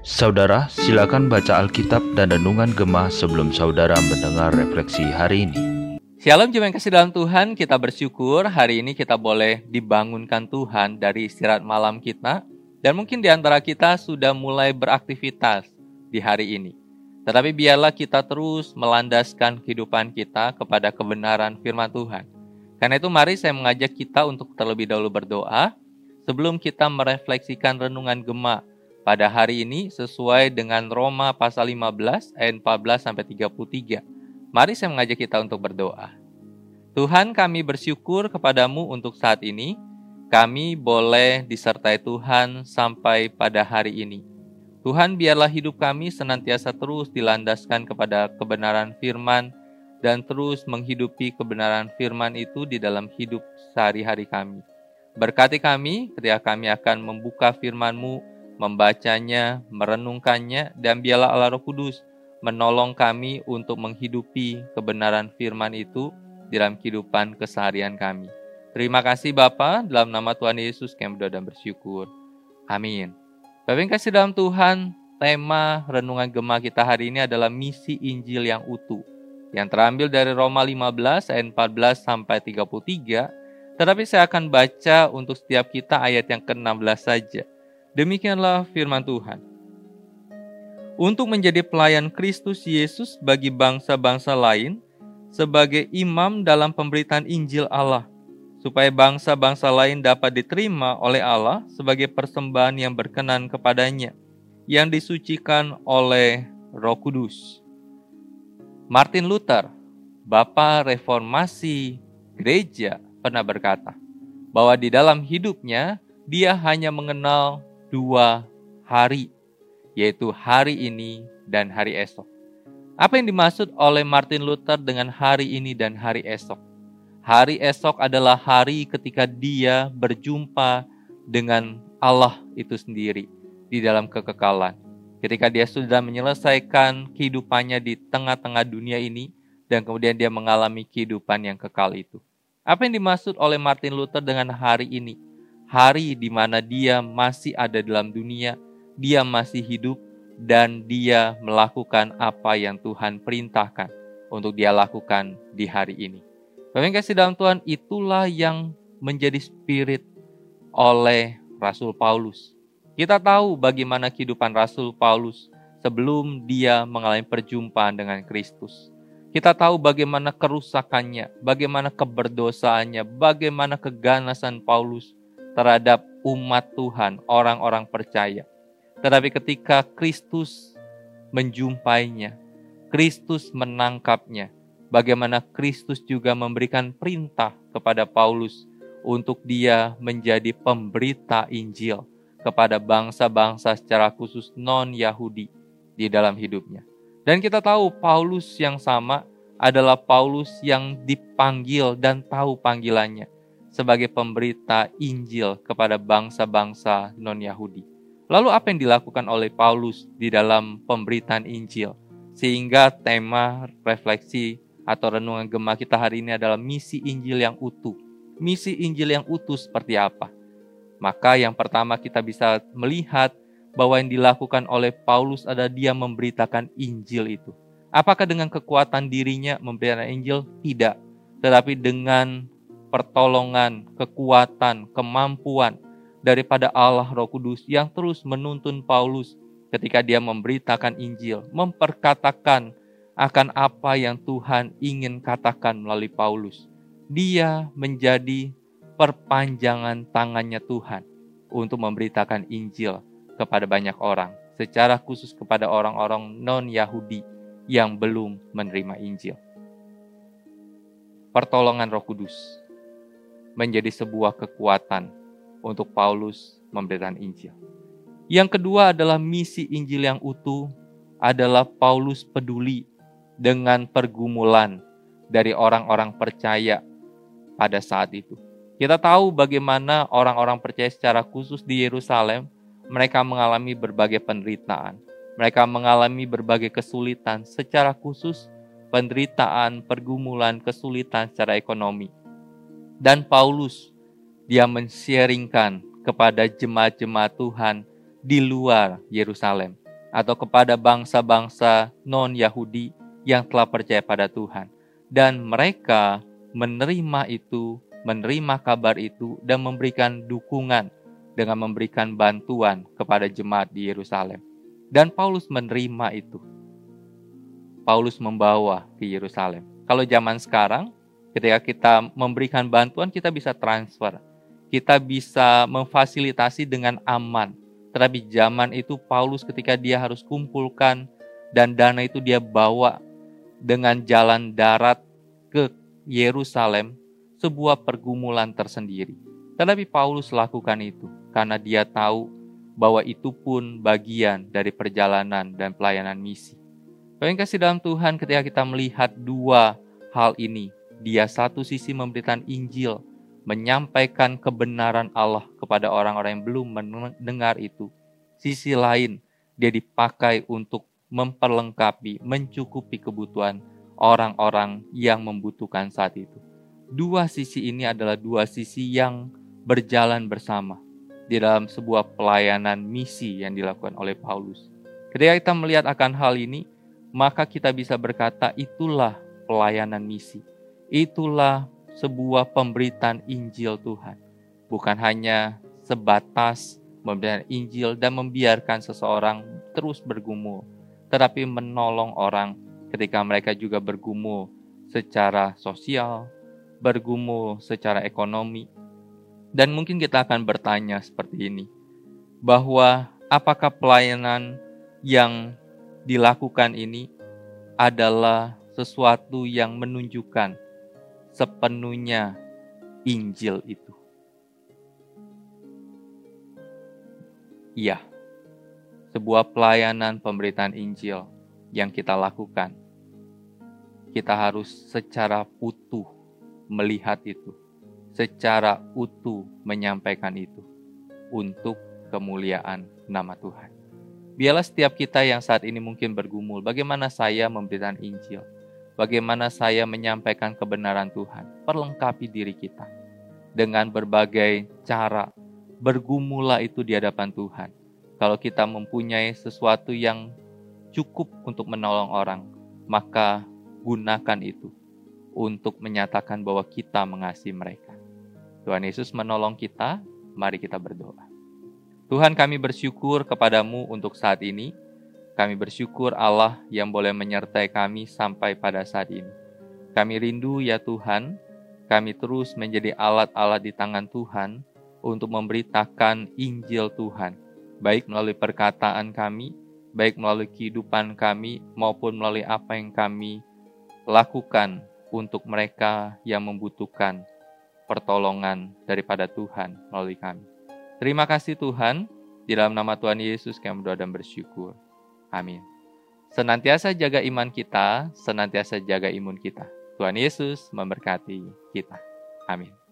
Saudara, silakan baca Alkitab dan Renungan Gemah sebelum saudara mendengar refleksi hari ini. Shalom jemaat yang kasih dalam Tuhan, kita bersyukur hari ini kita boleh dibangunkan Tuhan dari istirahat malam kita. Dan mungkin di antara kita sudah mulai beraktivitas di hari ini. Tetapi biarlah kita terus melandaskan kehidupan kita kepada kebenaran firman Tuhan. Karena itu mari saya mengajak kita untuk terlebih dahulu berdoa sebelum kita merefleksikan renungan Gemah pada hari ini sesuai dengan Roma pasal 15 ayat 14-33. Mari saya mengajak kita untuk berdoa. Tuhan, kami bersyukur kepadamu untuk saat ini. Kami boleh disertai Tuhan sampai pada hari ini. Tuhan, biarlah hidup kami senantiasa terus dilandaskan kepada kebenaran firman dan terus menghidupi kebenaran firman itu di dalam hidup sehari-hari kami. Berkati kami ketika kami akan membuka firman-Mu, membacanya, merenungkannya, dan biarlah Allah Roh Kudus menolong kami untuk menghidupi kebenaran firman itu dalam kehidupan keseharian kami. Terima kasih Bapa, dalam nama Tuhan Yesus kami berdoa dan bersyukur. Amin. Bapak yang kasih dalam Tuhan, tema renungan Gemah kita hari ini adalah misi Injil yang utuh, yang terambil dari Roma 15 ayat 14-33, tetapi saya akan baca untuk setiap kita ayat yang ke-16 saja. Demikianlah firman Tuhan. Untuk menjadi pelayan Kristus Yesus bagi bangsa-bangsa lain, sebagai imam dalam pemberitaan Injil Allah, supaya bangsa-bangsa lain dapat diterima oleh Allah sebagai persembahan yang berkenan kepadanya, yang disucikan oleh Roh Kudus. Martin Luther, Bapa Reformasi Gereja, pernah berkata bahwa di dalam hidupnya dia hanya mengenal 2 hari, yaitu hari ini dan hari esok. Apa yang dimaksud oleh Martin Luther dengan hari ini dan hari esok? Hari esok adalah hari ketika dia berjumpa dengan Allah itu sendiri di dalam kekekalan. Ketika dia sudah menyelesaikan kehidupannya di tengah-tengah dunia ini dan kemudian dia mengalami kehidupan yang kekal itu. Apa yang dimaksud oleh Martin Luther dengan hari ini? Hari di mana dia masih ada dalam dunia, dia masih hidup dan dia melakukan apa yang Tuhan perintahkan untuk dia lakukan di hari ini. Bapak yang kasih dalam Tuhan, itulah yang menjadi spirit oleh Rasul Paulus. Kita tahu bagaimana kehidupan Rasul Paulus sebelum dia mengalami perjumpaan dengan Kristus. Kita tahu bagaimana kerusakannya, bagaimana keberdosaannya, bagaimana keganasan Paulus terhadap umat Tuhan, orang-orang percaya. Tetapi ketika Kristus menjumpainya, Kristus menangkapnya, bagaimana Kristus juga memberikan perintah kepada Paulus untuk dia menjadi pemberita Injil kepada bangsa-bangsa secara khusus non-Yahudi di dalam hidupnya. Dan kita tahu Paulus yang sama adalah Paulus yang dipanggil dan tahu panggilannya sebagai pemberita Injil kepada bangsa-bangsa non-Yahudi. Lalu apa yang dilakukan oleh Paulus di dalam pemberitaan Injil? Sehingga tema refleksi atau renungan Gemah kita hari ini adalah misi Injil yang utuh. Misi Injil yang utuh seperti apa? Maka yang pertama kita bisa melihat bahwa yang dilakukan oleh Paulus adalah dia memberitakan Injil itu. Apakah dengan kekuatan dirinya memberitakan Injil? Tidak. Tetapi dengan pertolongan, kekuatan, kemampuan daripada Allah Roh Kudus yang terus menuntun Paulus ketika dia memberitakan Injil, memperkatakan akan apa yang Tuhan ingin katakan melalui Paulus. Dia menjadi perpanjangan tangannya Tuhan untuk memberitakan Injil kepada banyak orang, secara khusus kepada orang-orang non-Yahudi yang belum menerima Injil. Pertolongan Roh Kudus menjadi sebuah kekuatan untuk Paulus memberitakan Injil. Yang kedua adalah misi Injil yang utuh adalah Paulus peduli dengan pergumulan dari orang-orang percaya pada saat itu. Kita tahu bagaimana orang-orang percaya secara khusus di Yerusalem, mereka mengalami berbagai penderitaan. Mereka mengalami berbagai kesulitan secara khusus, penderitaan, pergumulan, kesulitan secara ekonomi. Dan Paulus, dia men-sharingkan kepada jemaat-jemaat Tuhan di luar Yerusalem. atau kepada bangsa-bangsa non-Yahudi yang telah percaya pada Tuhan. Dan mereka menerima itu, menerima kabar itu, dan memberikan dukungan dengan memberikan bantuan kepada jemaat di Yerusalem. Dan Paulus menerima itu. Paulus membawa ke Yerusalem. Kalau zaman sekarang, ketika kita memberikan bantuan, kita bisa transfer. Kita bisa memfasilitasi dengan aman. Tetapi zaman itu Paulus ketika dia harus kumpulkan dan dana itu dia bawa dengan jalan darat ke Yerusalem, sebuah pergumulan tersendiri. Tetapi Paulus lakukan itu karena dia tahu bahwa itu pun bagian dari perjalanan dan pelayanan misi. Bapak yang kasih dalam Tuhan, ketika kita melihat dua hal ini, dia satu sisi memberikan Injil, menyampaikan kebenaran Allah kepada orang-orang yang belum mendengar itu. Sisi lain, dia dipakai untuk memperlengkapi, mencukupi kebutuhan orang-orang yang membutuhkan saat itu. Dua sisi ini adalah dua sisi yang berjalan bersama di dalam sebuah pelayanan misi yang dilakukan oleh Paulus. Ketika kita melihat akan hal ini, maka kita bisa berkata itulah pelayanan misi. Itulah sebuah pemberitaan Injil Tuhan. Bukan hanya sebatas memberikan Injil dan membiarkan seseorang terus bergumul, tetapi menolong orang ketika mereka juga bergumul secara sosial, bergumul secara ekonomi. Dan mungkin kita akan bertanya seperti ini, bahwa apakah pelayanan yang dilakukan ini adalah sesuatu yang menunjukkan sepenuhnya Injil itu? Iya, sebuah pelayanan pemberitaan Injil yang kita lakukan, kita harus secara utuh melihat itu, secara utuh menyampaikan itu untuk kemuliaan nama Tuhan. Biarlah setiap kita yang saat ini mungkin bergumul, bagaimana saya memberitakan Injil, bagaimana saya menyampaikan kebenaran Tuhan, perlengkapi diri kita dengan berbagai cara. Bergumullah itu di hadapan Tuhan. Kalau kita mempunyai sesuatu yang cukup untuk menolong orang, maka gunakan itu untuk menyatakan bahwa kita mengasihi mereka. Tuhan Yesus menolong kita, mari kita berdoa. Tuhan, kami bersyukur kepadamu untuk saat ini. Kami bersyukur Allah yang boleh menyertai kami sampai pada saat ini. Kami rindu ya Tuhan, kami terus menjadi alat-alat di tangan Tuhan untuk memberitakan Injil Tuhan, baik melalui perkataan kami, baik melalui kehidupan kami, maupun melalui apa yang kami lakukan untuk mereka yang membutuhkan pertolongan daripada Tuhan melalui kami. Terima kasih Tuhan, di dalam nama Tuhan Yesus kami berdoa dan bersyukur. Amin. Senantiasa jaga iman kita, senantiasa jaga imun kita. Tuhan Yesus memberkati kita. Amin.